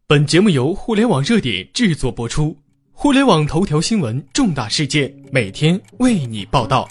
本节目由互联网热点制作播出，互联网头条新闻重大事件每天为你报道。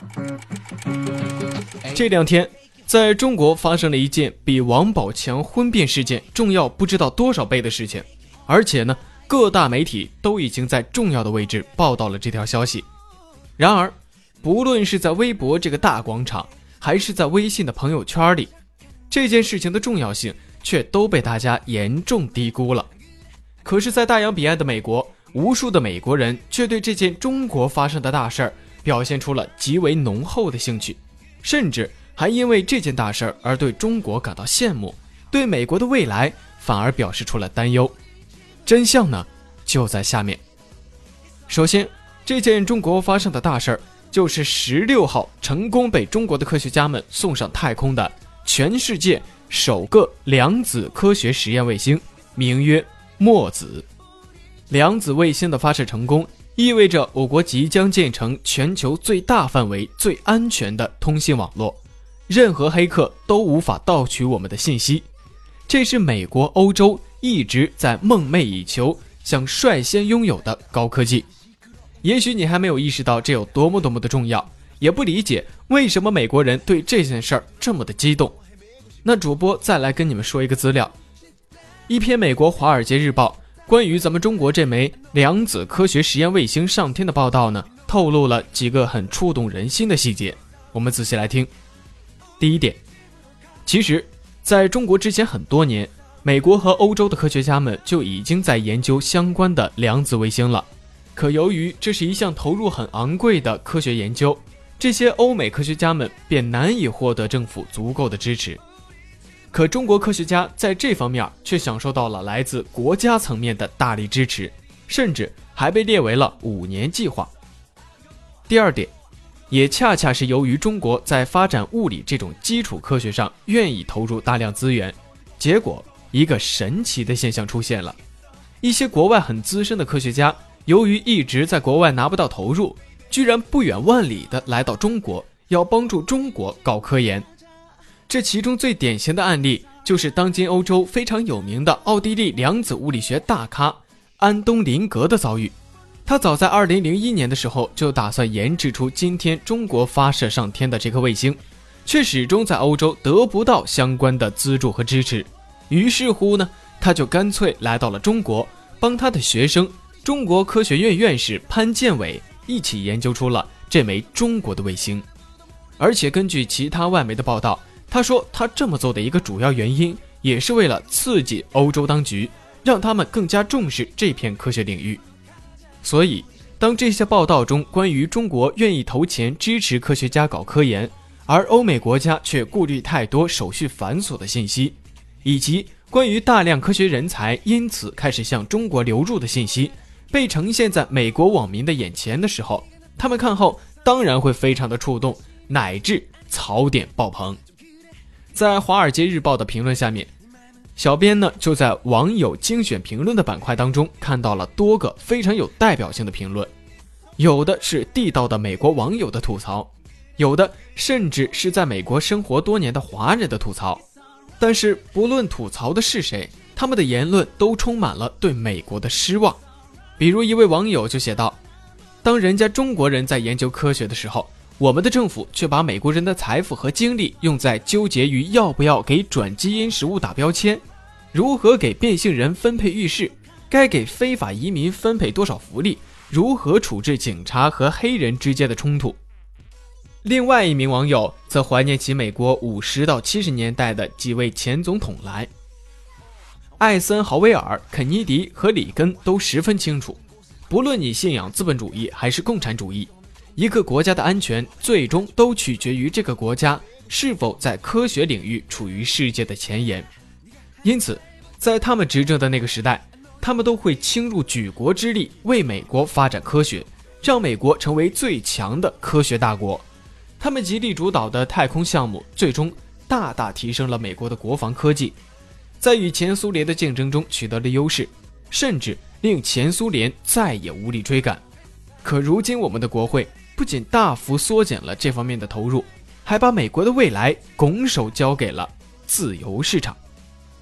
这两天，在中国发生了一件比王宝强婚变事件重要不知道多少倍的事情，而且呢，各大媒体都已经在重要的位置报道了这条消息。然而，不论是在微博这个大广场，还是在微信的朋友圈里，这件事情的重要性却都被大家严重低估了。可是在大洋彼岸的美国，无数的美国人却对这件中国发生的大事儿表现出了极为浓厚的兴趣，甚至还因为这件大事儿而对中国感到羡慕，对美国的未来反而表示出了担忧。真相呢，就在下面。首先，这件中国发生的大事儿就是16号成功被中国的科学家们送上太空的全世界首个量子科学实验卫星，名曰墨子。量子卫星的发射成功，意味着我国即将建成全球最大范围、最安全的通信网络，任何黑客都无法盗取我们的信息。这是美国、欧洲一直在梦寐以求、想率先拥有的高科技。也许你还没有意识到这有多么的重要，也不理解为什么美国人对这件事儿这么的激动。那主播再来跟你们说一个资料，一篇美国《华尔街日报》关于咱们中国这枚量子科学实验卫星上天的报道呢，透露了几个很触动人心的细节，我们仔细来听。第一点，其实在中国之前很多年，美国和欧洲的科学家们就已经在研究相关的量子卫星了。可由于这是一项投入很昂贵的科学研究，这些欧美科学家们便难以获得政府足够的支持。可中国科学家在这方面却享受到了来自国家层面的大力支持，甚至还被列为了5年计划。第二点，也恰恰是由于中国在发展物理这种基础科学上愿意投入大量资源，结果一个神奇的现象出现了。一些国外很资深的科学家，由于一直在国外拿不到投入，居然不远万里的来到中国，要帮助中国搞科研。这其中最典型的案例就是当今欧洲非常有名的奥地利量子物理学大咖安东林格的遭遇。他早在2001年的时候就打算研制出今天中国发射上天的这颗卫星，却始终在欧洲得不到相关的资助和支持。于是乎呢，他就干脆来到了中国，帮他的学生中国科学院院士潘建伟一起研究出了这枚中国的卫星。而且根据其他外媒的报道，他说他这么做的一个主要原因，也是为了刺激欧洲当局，让他们更加重视这片科学领域。所以当这些报道中关于中国愿意投钱支持科学家搞科研，而欧美国家却顾虑太多手续繁琐的信息，以及关于大量科学人才因此开始向中国流入的信息被呈现在美国网民的眼前的时候，他们看后当然会非常的触动，乃至槽点爆棚。在《华尔街日报》的评论下面，小编呢就在网友精选评论的板块当中看到了多个非常有代表性的评论，有的是地道的美国网友的吐槽，有的甚至是在美国生活多年的华人的吐槽。但是不论吐槽的是谁，他们的言论都充满了对美国的失望。比如一位网友就写道，当人家中国人在研究科学的时候，我们的政府却把美国人的财富和精力用在纠结于要不要给转基因食物打标签，如何给变性人分配浴室，该给非法移民分配多少福利，如何处置警察和黑人之间的冲突。另外一名网友则怀念起美国50到70年代的几位前总统来。艾森豪威尔、肯尼迪和里根都十分清楚，不论你信仰资本主义还是共产主义，一个国家的安全最终都取决于这个国家是否在科学领域处于世界的前沿。因此在他们执政的那个时代，他们都会倾入举国之力为美国发展科学，让美国成为最强的科学大国。他们极力主导的太空项目最终大大提升了美国的国防科技，在与前苏联的竞争中取得了优势，甚至令前苏联再也无力追赶。可如今我们的国会不仅大幅缩减了这方面的投入，还把美国的未来拱手交给了自由市场。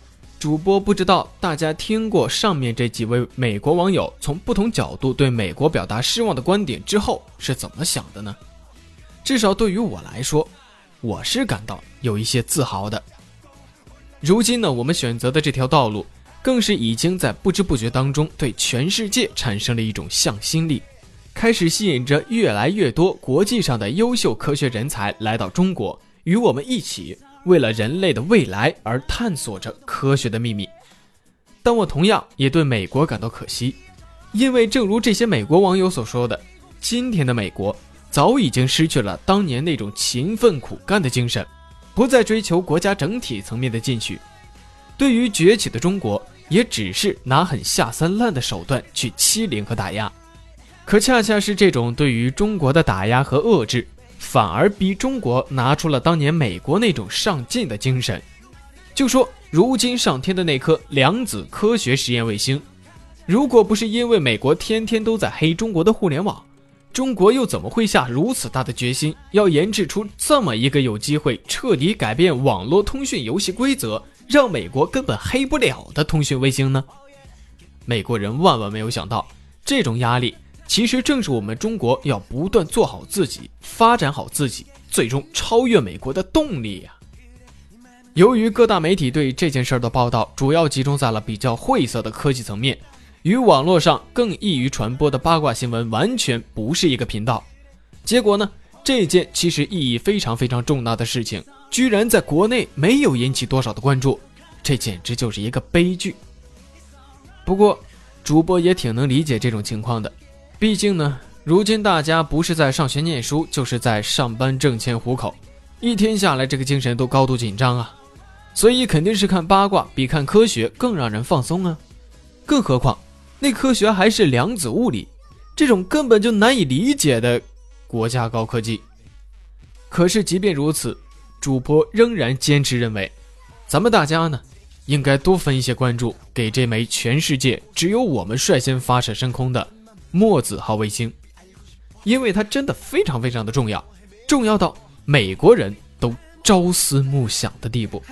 主播不知道大家听过上面这几位美国网友从不同角度对美国表达失望的观点之后是怎么想的呢？至少对于我来说，我是感到有一些自豪的。如今呢，我们选择的这条道路更是已经在不知不觉当中对全世界产生了一种向心力，开始吸引着越来越多国际上的优秀科学人才来到中国，与我们一起为了人类的未来而探索着科学的秘密。但我同样也对美国感到可惜，因为正如这些美国网友所说的，今天的美国早已经失去了当年那种勤奋苦干的精神，不再追求国家整体层面的进取，对于崛起的中国也只是拿很下三滥的手段去欺凌和打压。可恰恰是这种对于中国的打压和遏制，反而逼中国拿出了当年美国那种上进的精神。就说如今上天的那颗量子科学实验卫星，如果不是因为美国天天都在黑中国的互联网，中国又怎么会下如此大的决心，要研制出这么一个有机会彻底改变网络通讯游戏规则，让美国根本黑不了的通讯卫星呢？美国人万万没有想到，这种压力其实正是我们中国要不断做好自己，发展好自己，最终超越美国的动力呀。由于各大媒体对这件事的报道主要集中在了比较晦涩的科技层面，与网络上更易于传播的八卦新闻完全不是一个频道。结果呢，这件其实意义非常非常重大的事情，居然在国内没有引起多少的关注，这简直就是一个悲剧。不过，主播也挺能理解这种情况的，毕竟呢，如今大家不是在上学念书，就是在上班挣钱糊口，一天下来这个精神都高度紧张啊，所以肯定是看八卦比看科学更让人放松啊。更何况那科学还是量子物理，这种根本就难以理解的国家高科技。可是即便如此，主播仍然坚持认为，咱们大家呢，应该多分一些关注给这枚全世界只有我们率先发射升空的墨子号卫星，因为它真的非常非常的重要，重要到美国人都朝思暮想的地步。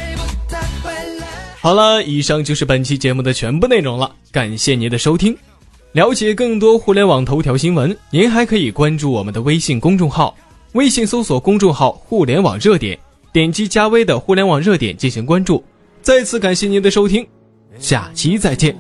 好了，以上就是本期节目的全部内容了，感谢您的收听。了解更多互联网头条新闻，您还可以关注我们的微信公众号，微信搜索公众号互联网热点，点击加微的互联网热点进行关注。再次感谢您的收听，下期再见。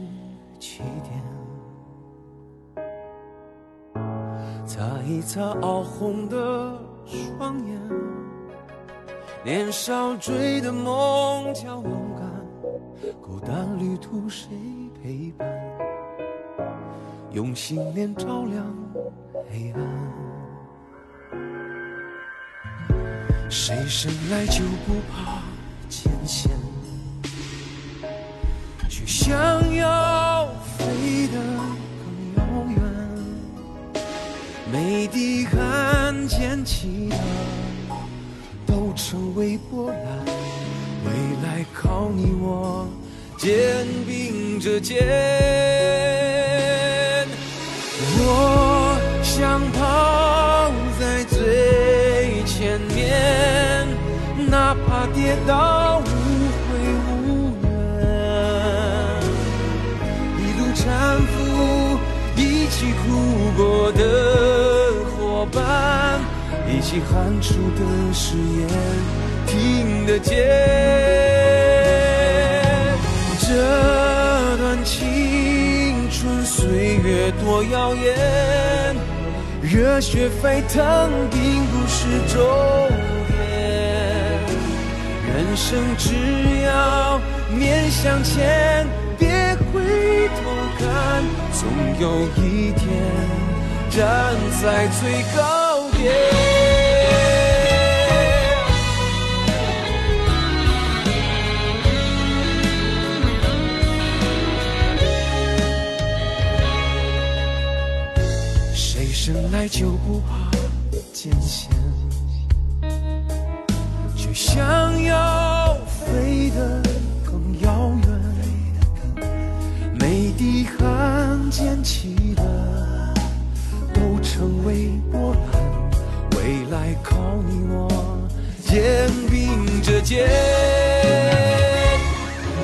擦一擦熬红的双眼，年少追的梦叫勇敢，孤单旅途谁陪伴？用信念照亮黑暗。谁生来就不怕艰险，却想要飞得更遥远。每滴汗溅起的都成为波澜，未来靠你我肩并着肩。我想跑在最前面，哪怕跌倒无悔无怨，一路搀扶一起哭过的伙伴，一起喊出的誓言听得见。这段青春岁月多耀眼，热血沸腾并不是终点，人生只要面向前，别回头看，总有一天站在最高点。谁生来就不怕艰险，却想要飞得更遥远。每滴汗溅起的都成为波澜，未来靠你我肩并着肩。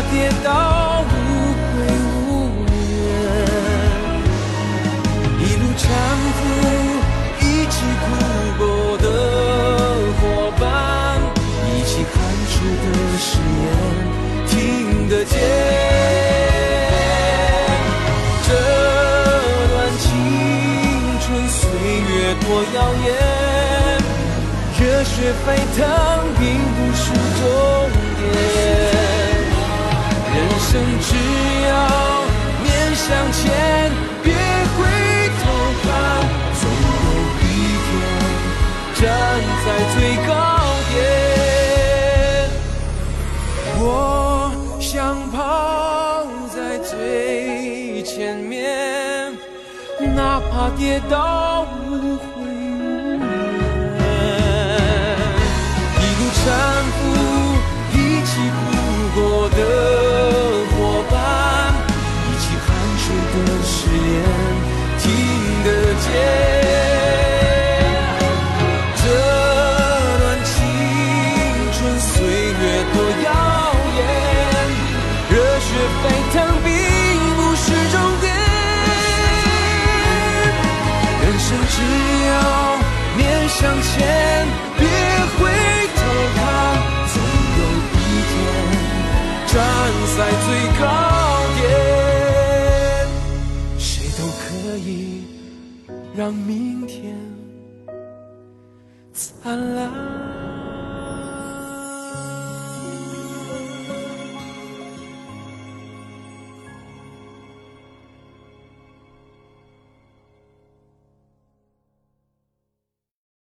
跌倒无悔无怨，一路搀扶一起哭过的伙伴，一起看出的誓言听得见。这段青春岁月多耀眼，热血沸腾并不是终点，人生只要面向前，别回头看，总有一天站在最高点。我想跑在最前面，哪怕跌倒无悔无怨，一路搀扶一起哭过的伙伴，一起汗水的誓言听得见。这段青春岁月多耀眼，热血沸腾并不是终点，人生只要面向前，别回头看，总有一天站在最高点。谁都可以让明天灿烂。